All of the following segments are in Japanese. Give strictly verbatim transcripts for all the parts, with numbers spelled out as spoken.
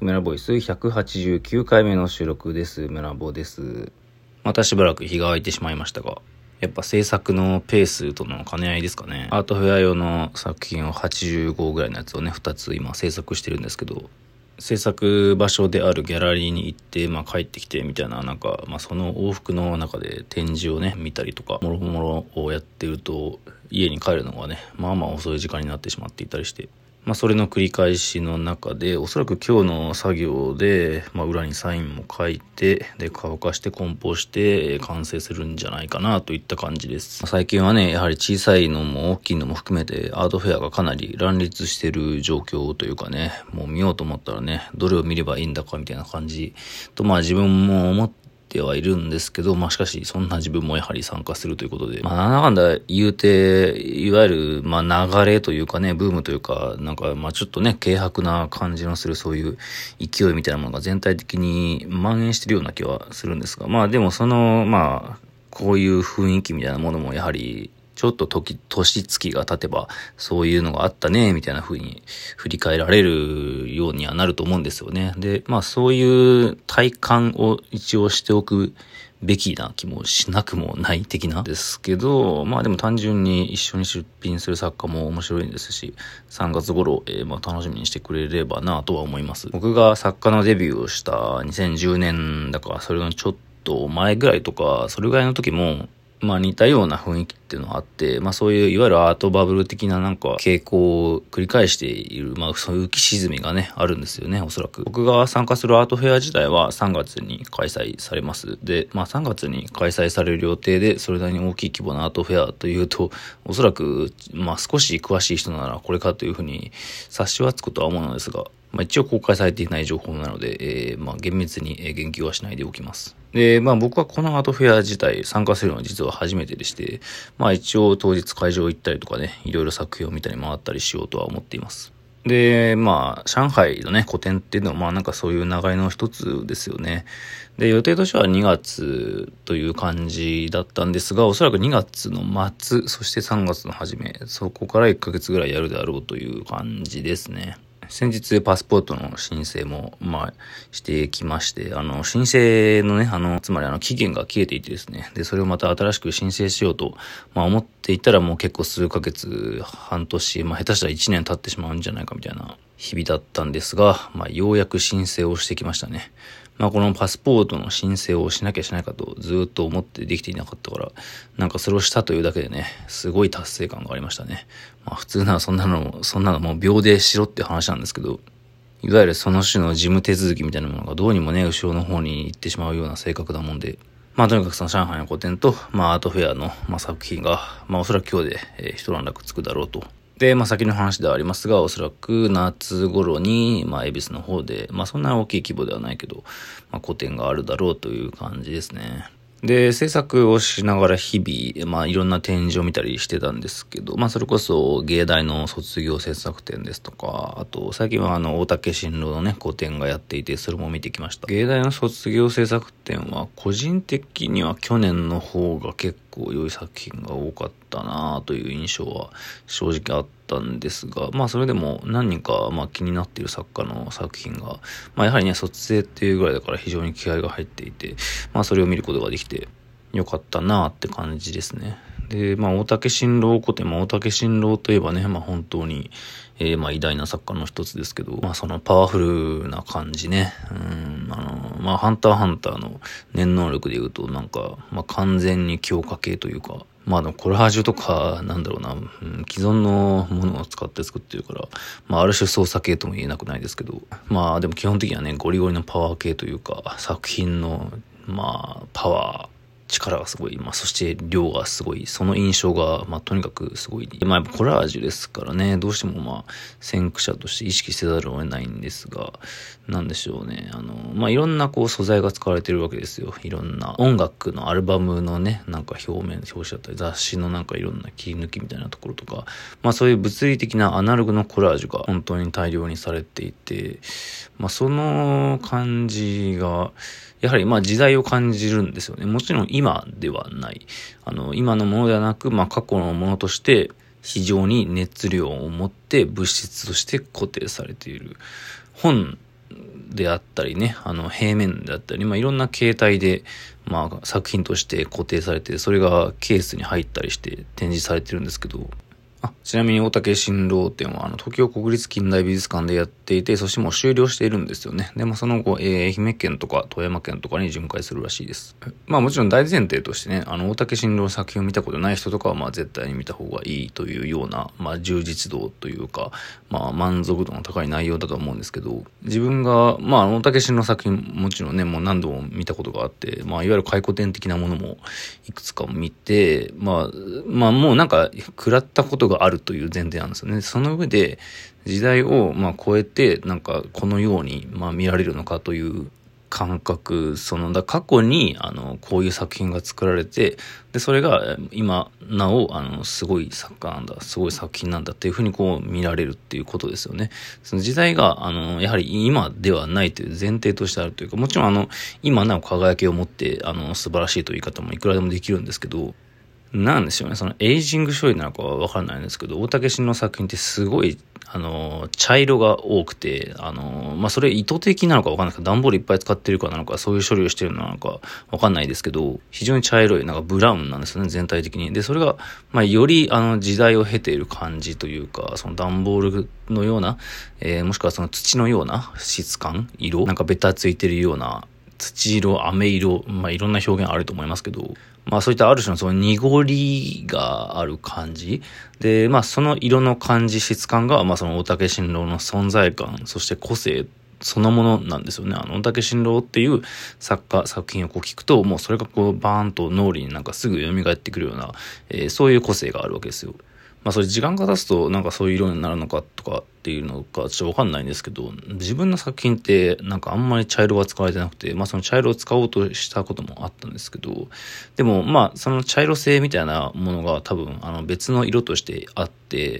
メラボイスひゃくはちじゅうきゅうかいめの収録です。メラボです。またしばらく日が空いてしまいましたが、やっぱ制作のペースとの兼ね合いですかね。アートフェア用の作品をはちじゅうごぐらいのやつをね、ふたつ今制作してるんですけど、制作場所であるギャラリーに行って、まあ帰ってきてみたいな、なんか、まあその往復の中で展示をね、見たりとか、もろもろをやってると、家に帰るのがね、まあまあ遅い時間になってしまっていたりして、まあそれの繰り返しの中で、おそらく今日の作業で、まあ裏にサインも書いて、で乾かして梱包して完成するんじゃないかなといった感じです。最近はね、やはり小さいのも大きいのも含めてアートフェアがかなり乱立してる状況というかね、もう見ようと思ったらね、どれを見ればいいんだかみたいな感じと、まあ自分も思ってはいるんですけど、まあしかしそんな自分もやはり参加するということで、まあなんだかんだ言うて、いわゆるまあ流れというかね、ブームというか、なんかまあちょっとね、軽薄な感じのするそういう勢いみたいなものが全体的に蔓延してるような気はするんですが、まあでもそのまあこういう雰囲気みたいなものもやはりちょっと時、年月が経てば、そういうのがあったね、みたいな風に振り返られるようにはなると思うんですよね。で、まあそういう体感を一応しておくべきな気もしなくもない的なですけど、まあでも単純に一緒に出品する作家も面白いんですし、さんがつ頃、えー、まあ楽しみにしてくれればなとは思います。僕が作家のデビューをしたにせんじゅうねんだから、それのちょっと前ぐらいとか、それぐらいの時も、まあ似たような雰囲気っていうのがあって、まあそういういわゆるアートバブル的ななんか傾向を繰り返している、まあそういう浮き沈みがね、あるんですよね、おそらく。僕が参加するアートフェア自体はさんがつに開催されます。で、まあさんがつに開催される予定で、それなりに大きい規模なアートフェアというと、おそらく、まあ少し詳しい人ならこれかというふうに察しはつくとは思うのですが、まあ一応公開されていない情報なので、えー、まあ厳密に言及はしないでおきます。で、まあ僕はこのアートフェア自体参加するのは実は初めてでして、まあ一応当日会場行ったりとかね、いろいろ作品を見たり回ったりしようとは思っています。で、まあ上海のね、個展っていうのはまあなんかそういう流れの一つですよね。で、予定としてはにがつという感じだったんですが、おそらくにがつの末、そしてさんがつの初め、そこからいっかげつぐらいやるであろうという感じですね。先日パスポートの申請も、まあ、してきまして、あの、申請のね、あの、つまりあの、期限が切れていてですね、で、それをまた新しく申請しようと、まあ、思っていたらもう結構数ヶ月、半年、まあ、下手したらいちねん経ってしまうんじゃないかみたいな日々だったんですが、まあ、ようやく申請をしてきましたね。まあこのパスポートの申請をしなきゃしないかとずっと思ってできていなかったから、なんかそれをしたというだけでね、すごい達成感がありましたね。まあ普通ならそんなの、そんなのもう秒でしろって話なんですけど、いわゆるその種の事務手続きみたいなものがどうにもね、後ろの方に行ってしまうような性格なもんで、まあとにかくその上海の個展と、まあアートフェアの、まあ、作品が、まあおそらく今日で、えー、一段落つくだろうと。で、まあ先の話ではありますが、おそらく夏頃に、まあ恵比寿の方で、まあそんな大きい規模ではないけど、まあ個展があるだろうという感じですね。で、制作をしながら日々、まあいろんな展示を見たりしてたんですけど、まあそれこそ芸大の卒業制作展ですとか、あと最近はあの大竹新郎のね、個展がやっていて、それも見てきました。芸大の卒業制作展は個人的には去年の方が結構良い作品が多かったなという印象は正直あったんですが、まあそれでも何人かまあ気になっている作家の作品が、まあやはりね、卒生っていうぐらいだから非常に気合が入っていて、まあそれを見ることができてよかったなって感じですね。で、まあ大竹新郎個展、まあ大竹新郎といえばね、まあ本当に、えー、まあ偉大な作家の一つですけど、まあそのパワフルな感じね、うん、あの、まあハンターハンターの念能力で言うとなんか、まあ完全に強化系というか、まあでもコラージュとか、なんだろうな、うん、既存のものを使って作ってるから、まあある種操作系とも言えなくないですけど、まあでも基本的にはね、ゴリゴリのパワー系というか、作品の、まあ、パワー、力がすごい、まあ、そして量がすごい、その印象が、まあ、とにかくすごい、まあ、やっぱコラージュですからね、どうしてもまあ、先駆者として意識せざるを得ないんですが、なんでしょうね、あの、まあ、いろんなこう素材が使われてるわけですよ。いろんな音楽のアルバムのね、なんか表面、表紙だったり、雑誌のなんかいろんな切り抜きみたいなところとか、まあ、そういう物理的なアナログのコラージュが本当に大量にされていて、まあ、その感じが、やはりまあ時代を感じるんですよね。もちろん今ではない。あの、今のものではなく、まあ過去のものとして非常に熱量を持って物質として固定されている。本であったりね、あの平面であったり、まあいろんな形態で、まあ作品として固定されて、それがケースに入ったりして展示されてるんですけど、あちなみに大竹新郎展はあの東京国立近代美術館でやっていて、そしてもう終了しているんですよね。でもその後、えー、愛媛県とか富山県とかに巡回するらしいです。まあもちろん大前提としてね、あの大竹新郎の作品を見たことない人とかはまあ絶対に見た方がいいというような、まあ充実度というか、まあ満足度の高い内容だと思うんですけど、自分がまあ大竹新郎の作品もちろんね、もう何度も見たことがあって、まあいわゆる回顧展的なものもいくつか見て、まあまあもうなんか食らったことがあるという前提なんですよね。その上で時代をまあ超えてなんかこのようにまあ見られるのかという感覚、そのだ過去にあのこういう作品が作られて、でそれが今なおあのすごい作家なんだ、すごい作品なんだっていうふうにこう見られるっていうことですよね。その時代があのやはり今ではないという前提としてあるというか、もちろんあの今なお輝きを持ってあの素晴らしいという言い方もいくらでもできるんですけど、なんでしょうね、そのエイジング処理なのかは分からないんですけど、大竹新郎の作品ってすごいあの茶色が多くて、あのまあそれ意図的なのか分かんないですけど、段ボールいっぱい使ってるからなのか、そういう処理をしてるのなのか分かんないですけど、非常に茶色いなんかブラウンなんですよね、全体的に。でそれがまあよりあの時代を経ている感じというか、その段ボールのような、えー、もしくはその土のような質感、色なんかベタついてるような土色、飴色、まあいろんな表現あると思いますけど、まあそういったある種のその濁りがある感じで、まあその色の感じ、質感がまあその大竹新郎の存在感、そして個性そのものなんですよね。あの大竹新郎っていう作家作品をこう聞くと、もうそれがこうバーンと脳裏になんかすぐ蘇ってくるような、えー、そういう個性があるわけですよ。まあそれ時間が経つとなんかそういう色になるのかとかっていうのかちょっとわかんないんですけど、自分の作品ってなんかあんまり茶色が使われてなくて、まあその茶色を使おうとしたこともあったんですけど、でもまあその茶色性みたいなものが多分あの別の色としてあって、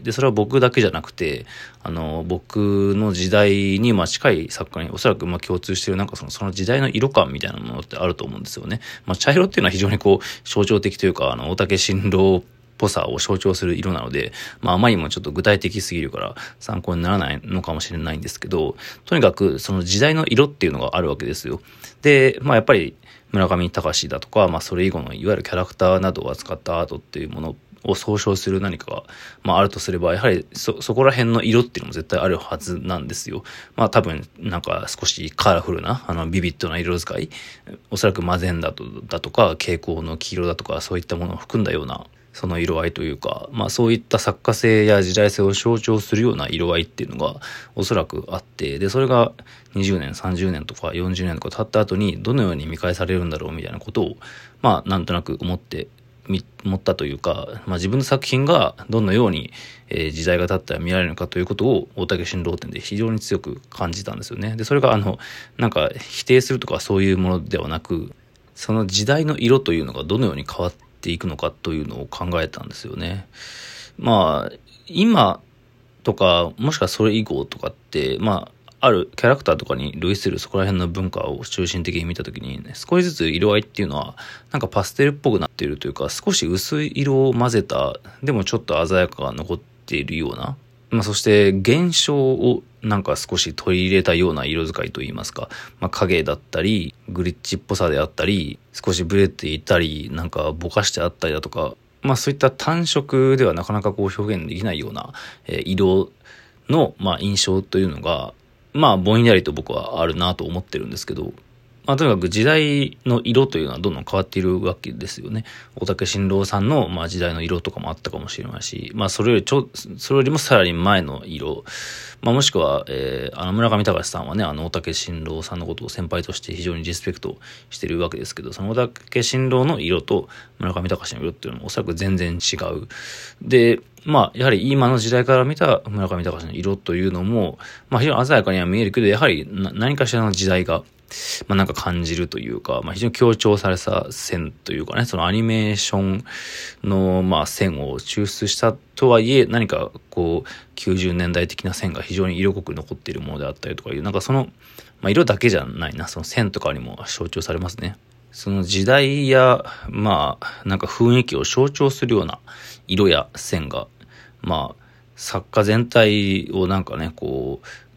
でそれは僕だけじゃなくて、あの僕の時代にまあ近い作家におそらくまあ共通しているなんかそのその時代の色感みたいなものってあると思うんですよね。まあ茶色っていうのは非常にこう象徴的というか、あの大竹新郎ぽさを象徴する色なので、まああまりにもちょっと具体的すぎるから参考にならないのかもしれないんですけど、とにかくその時代の色っていうのがあるわけですよ。で、まあやっぱり村上隆だとか、まあそれ以後のいわゆるキャラクターなどを扱ったアートっていうものを総称する何かが、まあ、あるとすれば、やはりそ、そこら辺の色っていうのも絶対あるはずなんですよ。まあ多分、なんか少しカラフルな、あの、ビビッドな色使い、おそらくマゼンダとだとか、蛍光の黄色だとか、そういったものを含んだような、その色合いというか、まあそういった作家性や時代性を象徴するような色合いっていうのがおそらくあって、で、それがにじゅうねん、さんじゅうねんとかよんじゅうねんとか経った後にどのように見返されるんだろうみたいなことを、まあなんとなく思って、思ったというか、まあ自分の作品がどのように、えー、時代が経ったら見られるのかということを大竹新郎展で非常に強く感じたんですよね。で、それがあの、なんか否定するとかそういうものではなく、その時代の色というのがどのように変わっていくのかというのを考えたんですよね。まあ、今とか、もしくはそれ以降とかって、まあ、あるキャラクターとかに類するそこら辺の文化を中心的に見たときに、ね、少しずつ色合いっていうのはなんかパステルっぽくなっているというか、少し薄い色を混ぜた、でもちょっと鮮やかが残っているような、まあそして現象をなんか少し取り入れたような色使いといいますか、まあ影だったり、グリッチっぽさであったり、少しブレていたり、なんかぼかしてあったりだとか、まあそういった単色ではなかなかこう表現できないような、えー、色のまあ印象というのが、まあぼんやりと僕はあるなと思ってるんですけど、まあとにかく時代の色というのはどんどん変わっているわけですよね。大竹新郎さんのまあ時代の色とかもあったかもしれないし、まあそれよりちょ、それよりもさらに前の色、まあもしくは、えー、あの村上隆さんはね、あの大竹新郎さんのことを先輩として非常にリスペクトしてるわけですけど、その大竹新郎の色と村上隆の色っていうのもおそらく全然違う。で、まあ、やはり今の時代から見た村上隆の色というのも、まあ非常に鮮やかには見えるけど、やはり何かしらの時代が、まあなんか感じるというか、まあ非常に強調された線というかね、そのアニメーションのまあ線を抽出したとはいえ、何かこうきゅうじゅうねんだい的な線が非常に色濃く残っているものであったりとかいう、なんかその、まあ色だけじゃないな、その線とかにも象徴されますね。その時代や、まあ、なんか雰囲気を象徴するような色や線が、まあ、作家全体をなんかね、こう、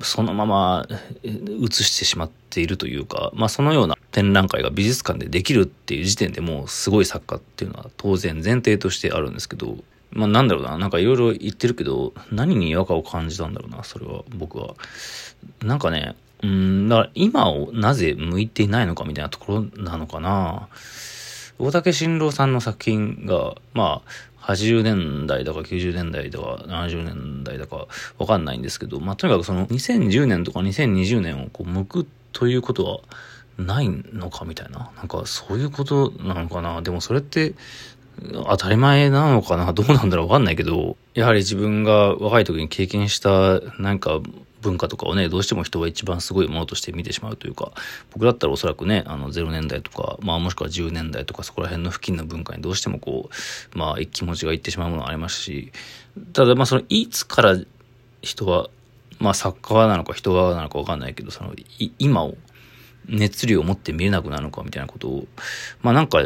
そのまま映してしまっているというか、まあそのような展覧会が美術館でできるっていう時点でもうすごい作家っていうのは当然前提としてあるんですけど、まあなんだろうな、なんかいろいろ言ってるけど、何に違和感を感じたんだろうな、それは僕は。なんかね、うーん、だから今をなぜ向いていないのかみたいなところなのかな。大竹新郎さんの作品が、まあ、はちじゅうねんだいだかきゅうじゅうねんだいだかななじゅうねんだいだかわかんないんですけど、まあとにかくそのにせんじゅうねんとかにせんにじゅうねんをこう向くということはないのかみたいな。なんかそういうことなのかな。でもそれって当たり前なのかな、どうなんだろうわかんないけど、やはり自分が若い時に経験したなんか文化とかをね、どうしても人は一番すごいものとして見てしまうというか、僕だったらおそらくね、あのゼロねんだいとか、まあもしくはじゅうねんだいとかそこら辺の付近の文化にどうしてもこう、まあ気持ちがいってしまうものがありますし、ただまあそのいつから人は、まあ作家なのか人側なのかわかんないけど、その今を熱量を持って見れなくなるのかみたいなことを、まあなんか、うん、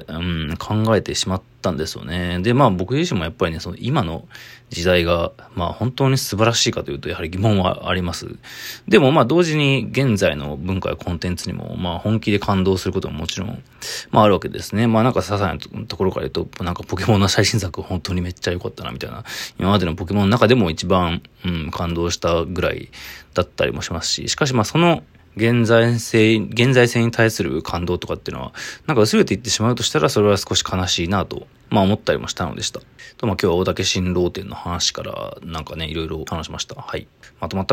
考えてしまったんですよね。で、まあ僕自身もやっぱりね、その今の時代が、まあ本当に素晴らしいかというと、やはり疑問はあります。でもまあ同時に現在の文化やコンテンツにも、まあ本気で感動することももちろん、まああるわけですね。まあなんか些細なところから言うと、なんかポケモンの最新作本当にめっちゃ良かったなみたいな、今までのポケモンの中でも一番、うん、感動したぐらいだったりもしますし、しかしまあその、現在性、現在性に対する感動とかっていうのは、なんか薄れていってしまうとしたら、それは少し悲しいなと、まあ思ったりもしたのでした。と、まあ今日は大竹新郎店の話から、なんかね、いろいろ話しました。はい。まとまった